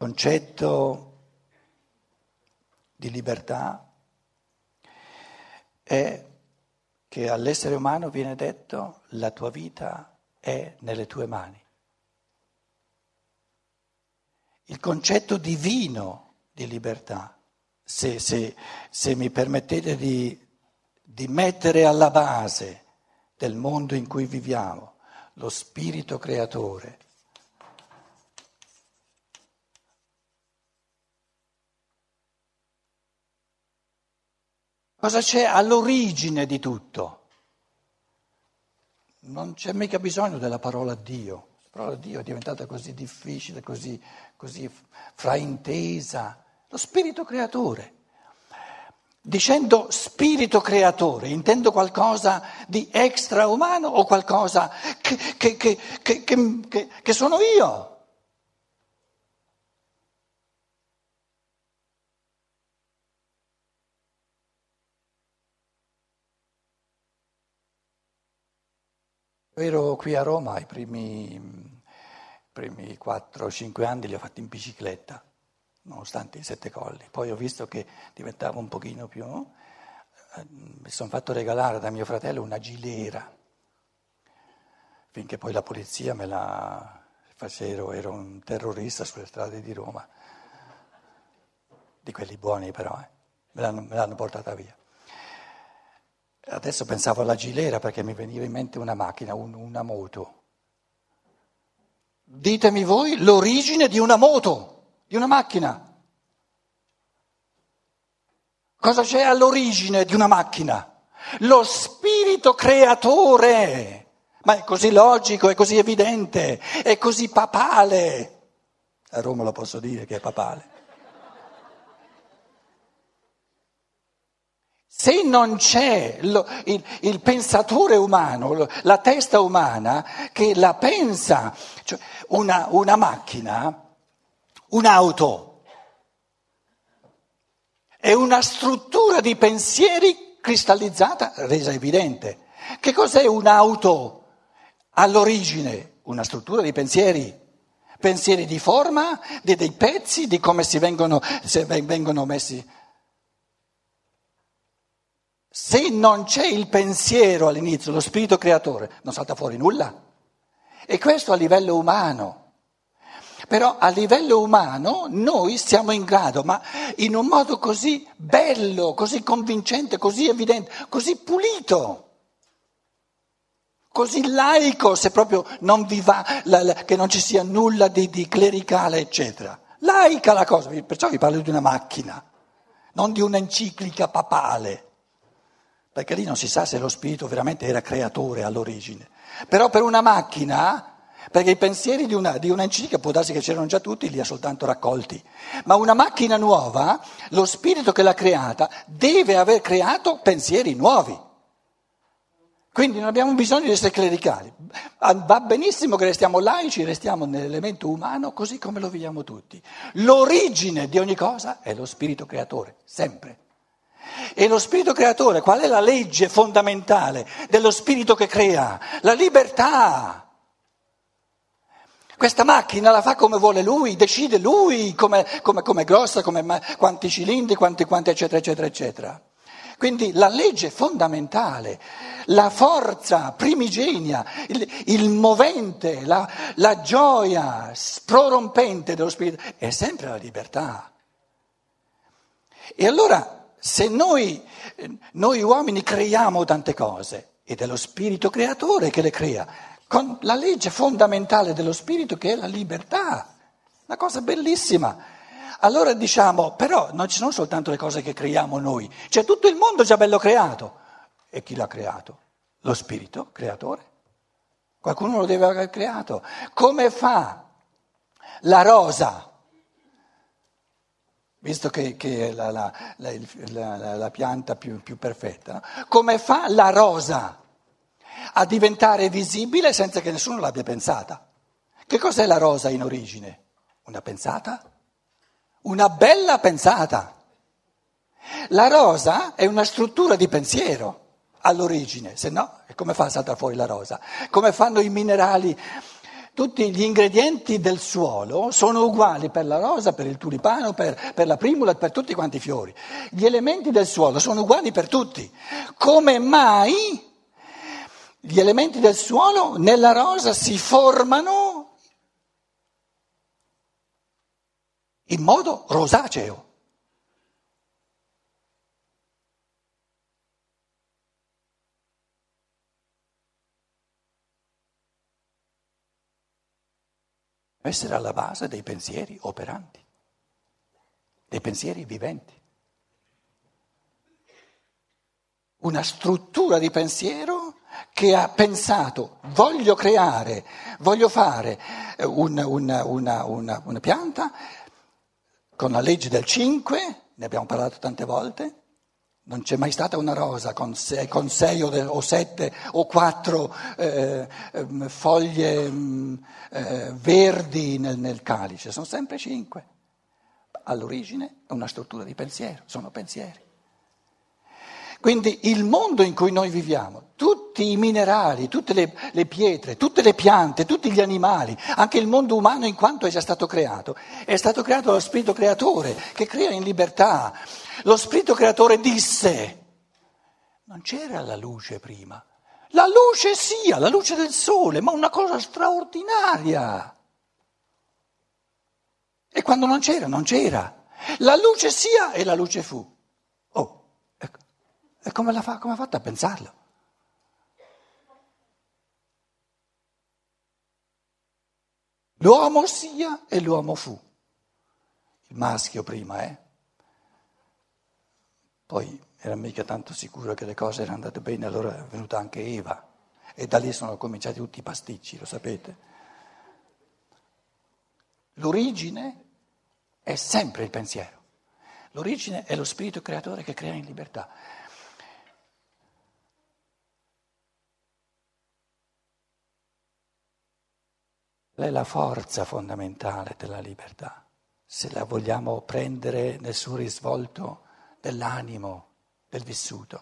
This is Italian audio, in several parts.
concetto di libertà è che all'essere umano viene detto: la tua vita è nelle tue mani. Il concetto divino di libertà, se mi permettete di mettere alla base del mondo in cui viviamo lo spirito creatore, cosa c'è all'origine di tutto? Non c'è mica bisogno della parola Dio. La parola Dio è diventata così difficile, così fraintesa. Lo spirito creatore. Dicendo spirito creatore, intendo qualcosa di extraumano o qualcosa che sono io. Ero qui a Roma, i primi 4-5 anni li ho fatti in bicicletta, nonostante i 7 colli. Poi ho visto che diventavo un pochino più... mi sono fatto regalare da mio fratello una gilera, finché poi la polizia me la faceva, ero un terrorista sulle strade di Roma, di quelli buoni però, me l'hanno portata via. Adesso pensavo alla gilera perché mi veniva in mente una macchina, una moto. Ditemi voi l'origine di una moto, di una macchina. Cosa c'è all'origine di una macchina? Lo spirito creatore. Ma è così logico, è così evidente, è così papale. A Roma lo posso dire che è papale. Se non c'è il pensatore umano, la testa umana che la pensa, cioè una macchina, un'auto, è una struttura di pensieri cristallizzata, resa evidente. Che cos'è un'auto all'origine? Una struttura di pensieri di forma, dei pezzi, di come vengono messi. Se non c'è il pensiero all'inizio, lo spirito creatore, non salta fuori nulla. E questo a livello umano. Però a livello umano noi siamo in grado, ma in un modo così bello, così convincente, così evidente, così pulito, così laico, se proprio non vi va, che non ci sia nulla di clericale, eccetera. Laica la cosa, perciò vi parlo di una macchina, non di un'enciclica papale. Perché lì non si sa se lo spirito veramente era creatore all'origine. Però per una macchina, perché i pensieri di un'enciclica può darsi che c'erano già tutti, li ha soltanto raccolti. Ma una macchina nuova, lo spirito che l'ha creata, deve aver creato pensieri nuovi. Quindi non abbiamo bisogno di essere clericali. Va benissimo che restiamo laici, restiamo nell'elemento umano così come lo viviamo tutti. L'origine di ogni cosa è lo spirito creatore, sempre. E lo spirito creatore, qual è la legge fondamentale dello spirito che crea? La libertà. Questa macchina la fa come vuole lui, decide lui come è grossa, quanti cilindri, quanti eccetera, eccetera, eccetera. Quindi la legge fondamentale, la forza primigenia, il movente, la gioia prorompente dello spirito è sempre la libertà. E allora... Se noi uomini creiamo tante cose, ed è lo spirito creatore che le crea, con la legge fondamentale dello spirito che è la libertà, una cosa bellissima. Allora diciamo, però non ci sono soltanto le cose che creiamo noi, c'è tutto il mondo già bello creato. E chi l'ha creato? Lo spirito creatore. Qualcuno lo deve aver creato. Come fa la rosa? Visto che è la pianta più perfetta, no? Come fa la rosa a diventare visibile senza che nessuno l'abbia pensata? Che cos'è la rosa in origine? Una pensata? Una bella pensata. La rosa è una struttura di pensiero all'origine, se no come fa a saltare fuori la rosa? Come fanno i minerali Tutti gli ingredienti del suolo sono uguali per la rosa, per il tulipano, per la primula, per tutti quanti i fiori. Gli elementi del suolo sono uguali per tutti. Come mai gli elementi del suolo nella rosa si formano in modo rosaceo? Essere alla base dei pensieri operanti, dei pensieri viventi. Una struttura di pensiero che ha pensato, voglio creare, voglio fare una pianta con la legge del 5, ne abbiamo parlato tante volte. Non c'è mai stata una rosa con 6 o 7 o 4 foglie verdi nel calice, sono sempre 5. All'origine è una struttura di pensiero, sono pensieri. Quindi il mondo in cui noi viviamo, tutti i minerali, tutte le pietre, tutte le piante, tutti gli animali, anche il mondo umano in quanto è stato creato dallo Spirito Creatore che crea in libertà. Lo Spirito Creatore disse, non c'era la luce prima, la luce sia, la luce del sole, ma una cosa straordinaria. E quando non c'era, non c'era. La luce sia e la luce fu. Oh, ecco. E come ha fatto a pensarlo? L'uomo sia e l'uomo fu. Il maschio prima, Poi era mica tanto sicuro che le cose erano andate bene, allora è venuta anche Eva. E da lì sono cominciati tutti i pasticci, lo sapete. L'origine è sempre il pensiero. L'origine è lo spirito creatore che crea in libertà. È la forza fondamentale della libertà, se la vogliamo prendere nel suo risvolto dell'animo, del vissuto.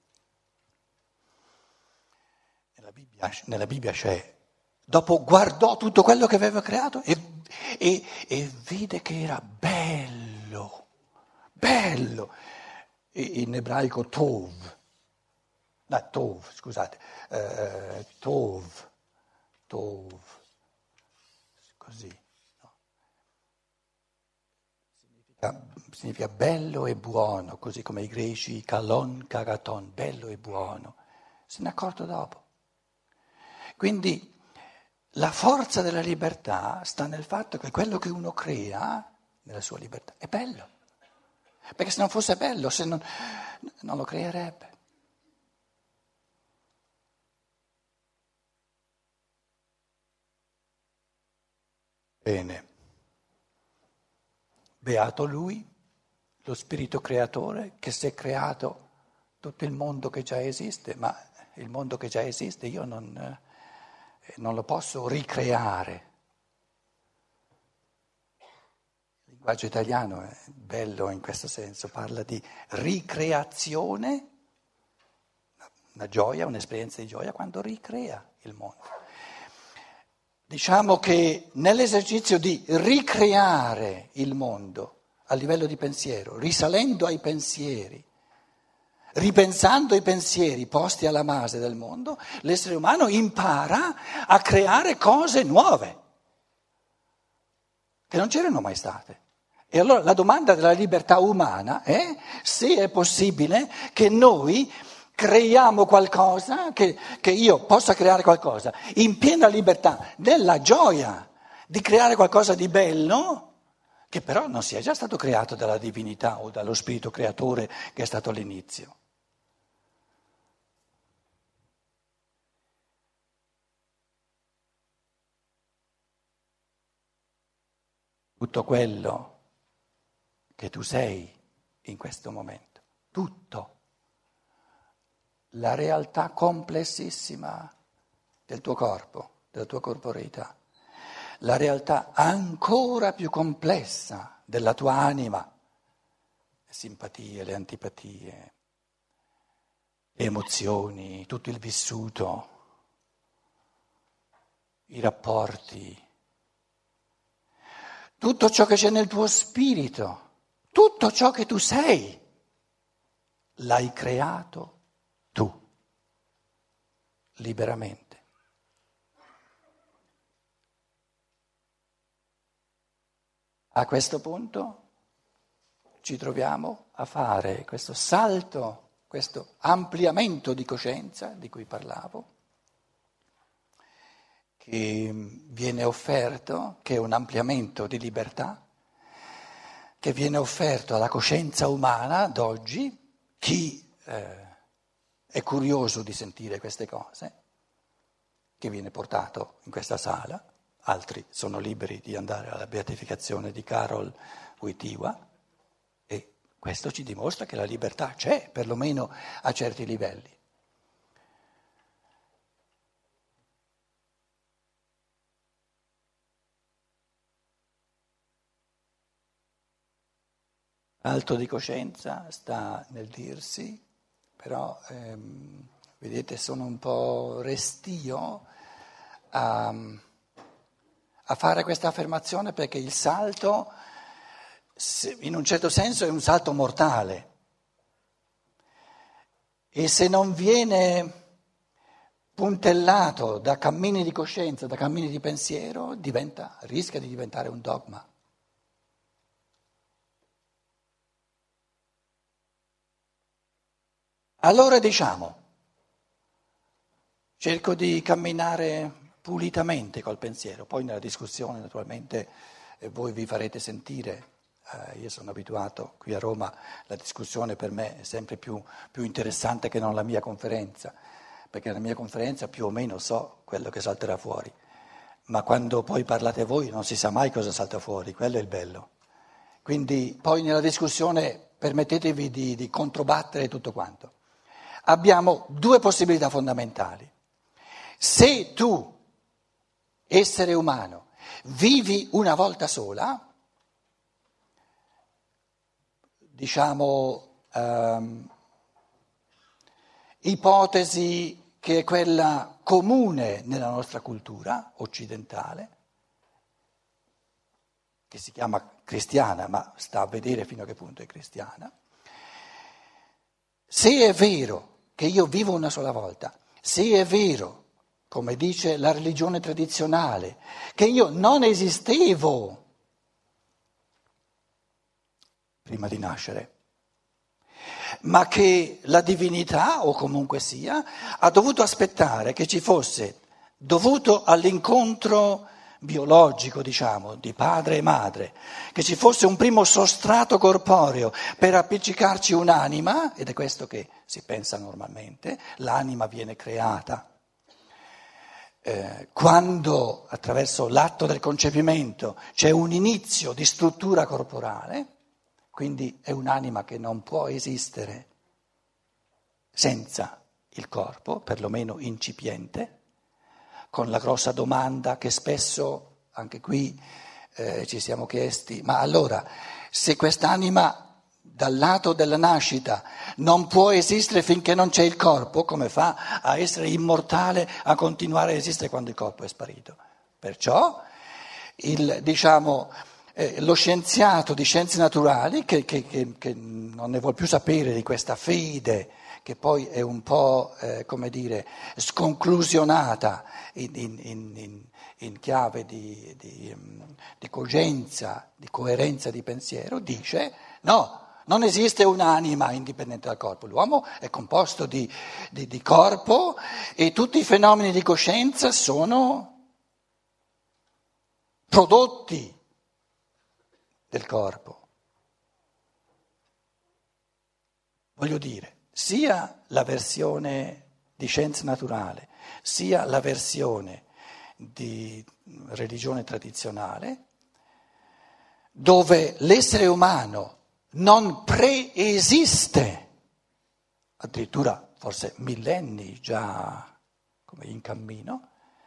Nella Bibbia c'è, dopo guardò tutto quello che aveva creato e vide che era bello, bello. In ebraico tov, no, tov, scusate, tov, così, no? Significa bello e buono, così come i greci kalon, kagaton, bello e buono. Se ne è accorto dopo. Quindi la forza della libertà sta nel fatto che quello che uno crea nella sua libertà è bello. Perché se non fosse bello, se non lo creerebbe. Bene. Beato lui, lo spirito creatore, che si è creato tutto il mondo che già esiste, ma il mondo che già esiste io non lo posso ricreare. Il linguaggio italiano è bello in questo senso, parla di ricreazione, una gioia, un'esperienza di gioia quando ricrea il mondo. Diciamo che nell'esercizio di ricreare il mondo a livello di pensiero, risalendo ai pensieri, ripensando i pensieri posti alla base del mondo, l'essere umano impara a creare cose nuove che non c'erano mai state. E allora la domanda della libertà umana è se è possibile che noi creiamo qualcosa, che io possa creare qualcosa in piena libertà, nella gioia di creare qualcosa di bello, che però non sia già stato creato dalla divinità o dallo spirito creatore che è stato all'inizio. Tutto quello che tu sei in questo momento, tutto. La realtà complessissima del tuo corpo, della tua corporeità, la realtà ancora più complessa della tua anima, le simpatie, le antipatie, le emozioni, tutto il vissuto, i rapporti, tutto ciò che c'è nel tuo spirito, tutto ciò che tu sei, l'hai creato tu, liberamente. A questo punto ci troviamo a fare questo salto, questo ampliamento di coscienza di cui parlavo, che viene offerto, che è un ampliamento di libertà, che viene offerto alla coscienza umana d'oggi. Chi è curioso di sentire queste cose, che viene portato in questa sala, altri sono liberi di andare alla beatificazione di Karol Wojtyła, e questo ci dimostra che la libertà c'è, perlomeno a certi livelli. Alto di coscienza sta nel dirsi, però vedete sono un po' restio a fare questa affermazione, perché il salto in un certo senso è un salto mortale, e se non viene puntellato da cammini di coscienza, da cammini di pensiero, rischia di diventare un dogma. Allora diciamo, cerco di camminare pulitamente col pensiero, poi nella discussione naturalmente voi vi farete sentire, io sono abituato qui a Roma, la discussione per me è sempre più interessante che non la mia conferenza, perché la mia conferenza più o meno so quello che salterà fuori, ma quando poi parlate voi non si sa mai cosa salta fuori, quello è il bello. Quindi poi nella discussione permettetevi di controbattere tutto quanto. Abbiamo due possibilità fondamentali. Se tu, essere umano, vivi una volta sola, diciamo, ipotesi che è quella comune nella nostra cultura occidentale, che si chiama cristiana, ma sta a vedere fino a che punto è cristiana. Se è vero che io vivo una sola volta, se è vero, come dice la religione tradizionale, che io non esistevo prima di nascere, ma che la divinità, o comunque sia, ha dovuto aspettare che ci fosse, dovuto all'incontro biologico, diciamo, di padre e madre, che ci fosse un primo sostrato corporeo per appiccicarci un'anima, ed è questo che si pensa normalmente, l'anima viene creata quando attraverso l'atto del concepimento c'è un inizio di struttura corporale, quindi è un'anima che non può esistere senza il corpo, perlomeno incipiente, con la grossa domanda che spesso anche qui ci siamo chiesti, ma allora se quest'anima dal lato della nascita non può esistere finché non c'è il corpo, come fa a essere immortale, a continuare a esistere quando il corpo è sparito? Perciò lo scienziato di scienze naturali che non ne vuol più sapere di questa fede, che poi è un po' come dire sconclusionata in chiave di cogenza, di coerenza di pensiero, dice no, non esiste un'anima indipendente dal corpo, l'uomo è composto di corpo e tutti i fenomeni di coscienza sono prodotti del corpo. Voglio dire, sia la versione di scienza naturale, sia la versione di religione tradizionale, dove l'essere umano non preesiste, addirittura forse millenni già come in cammino,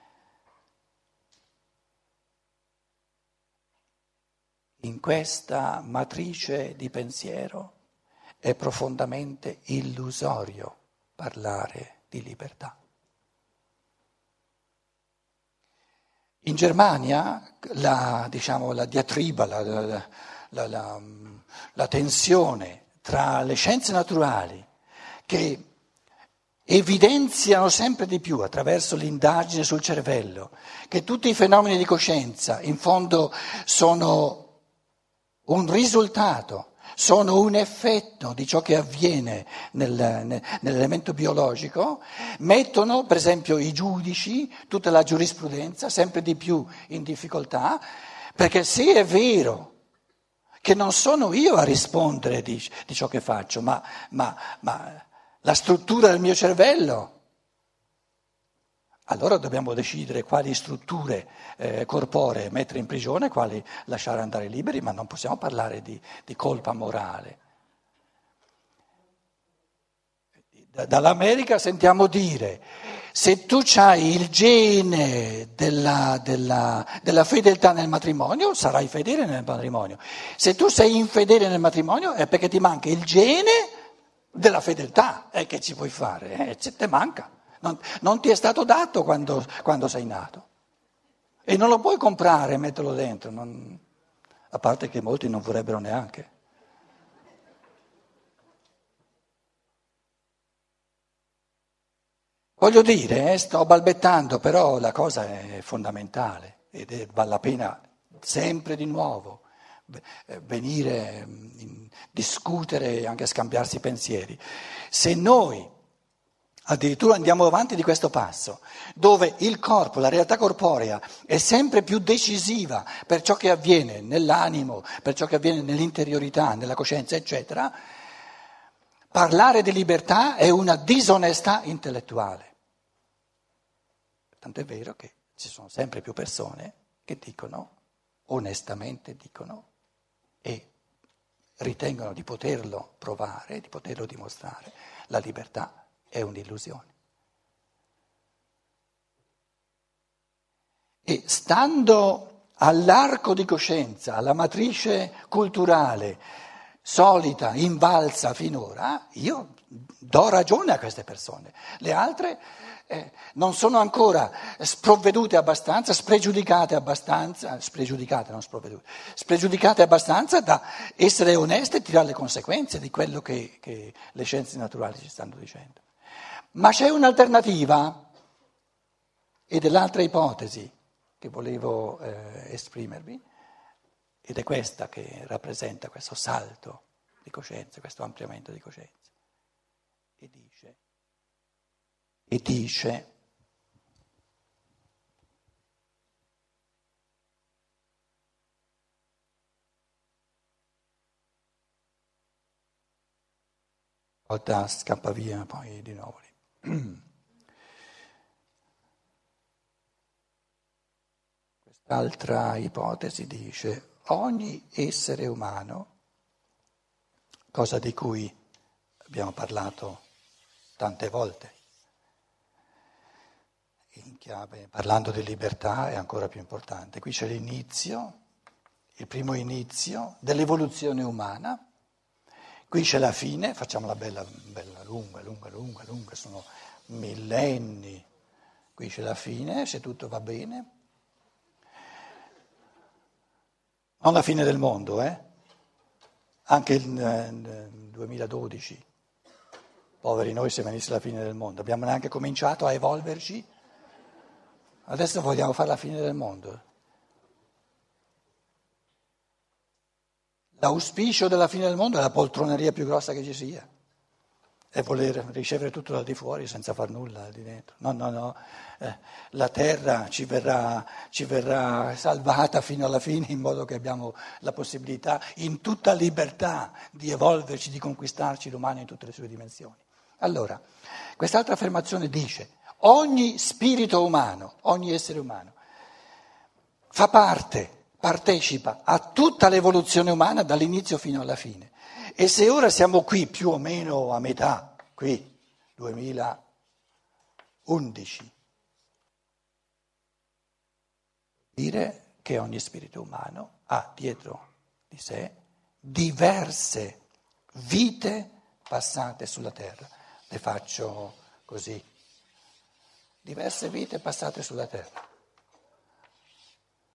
in questa matrice di pensiero è profondamente illusorio parlare di libertà. In Germania diciamo, la diatriba, la tensione tra le scienze naturali che evidenziano sempre di più attraverso l'indagine sul cervello che tutti i fenomeni di coscienza in fondo sono un risultato, sono un effetto di ciò che avviene nell'elemento biologico, mettono per esempio i giudici, tutta la giurisprudenza sempre di più in difficoltà, perché se è vero che non sono io a rispondere di ciò che faccio, ma la struttura del mio cervello, allora dobbiamo decidere quali strutture corporee mettere in prigione, quali lasciare andare liberi, ma non possiamo parlare di colpa morale. Dall'America sentiamo dire, se tu hai il gene della fedeltà nel matrimonio, sarai fedele nel matrimonio. Se tu sei infedele nel matrimonio è perché ti manca il gene della fedeltà. E che ci puoi fare? Te manca. Non ti è stato dato quando sei nato. E non lo puoi comprare e metterlo dentro, a parte che molti non vorrebbero neanche. Voglio dire, sto balbettando, però la cosa è fondamentale vale la pena sempre di nuovo venire, discutere e anche scambiarsi pensieri. Se noi addirittura andiamo avanti di questo passo, dove il corpo, la realtà corporea è sempre più decisiva per ciò che avviene nell'animo, per ciò che avviene nell'interiorità, nella coscienza, eccetera, parlare di libertà è una disonestà intellettuale. Tanto è vero che ci sono sempre più persone che dicono, onestamente dicono, e ritengono di poterlo provare, di poterlo dimostrare, la libertà è un'illusione. E stando all'arco di coscienza, alla matrice culturale solita, invalsa finora, io do ragione a queste persone. Le altre non sono ancora sprovvedute abbastanza, spregiudicate abbastanza da essere oneste e tirare le conseguenze di quello che le scienze naturali ci stanno dicendo. Ma c'è un'alternativa, ed è l'altra ipotesi che volevo esprimervi, ed è questa che rappresenta questo salto di coscienza, questo ampliamento di coscienza. E dice volta scappa via poi di nuovo lì. Quest'altra ipotesi dice ogni essere umano, cosa di cui abbiamo parlato tante volte, in chiave, parlando di libertà è ancora più importante. Qui c'è l'inizio, il primo inizio dell'evoluzione umana, qui c'è la fine, facciamola bella lunga, sono millenni, qui c'è la fine, se tutto va bene. Non la fine del mondo, anche il 2012, poveri noi se venisse la fine del mondo, abbiamo neanche cominciato a evolverci. Adesso vogliamo fare la fine del mondo. L'auspicio della fine del mondo è la poltroneria più grossa che ci sia. È voler ricevere tutto dal di fuori senza far nulla di dentro. No. La terra ci verrà salvata fino alla fine in modo che abbiamo la possibilità in tutta libertà di evolverci, di conquistarci l'umano in tutte le sue dimensioni. Allora, quest'altra affermazione dice ogni spirito umano, ogni essere umano fa parte, partecipa a tutta l'evoluzione umana dall'inizio fino alla fine. E se ora siamo qui più o meno a metà, qui 2011, dire che ogni spirito umano ha dietro di sé diverse vite passate sulla terra. Le faccio così, diverse vite passate sulla terra.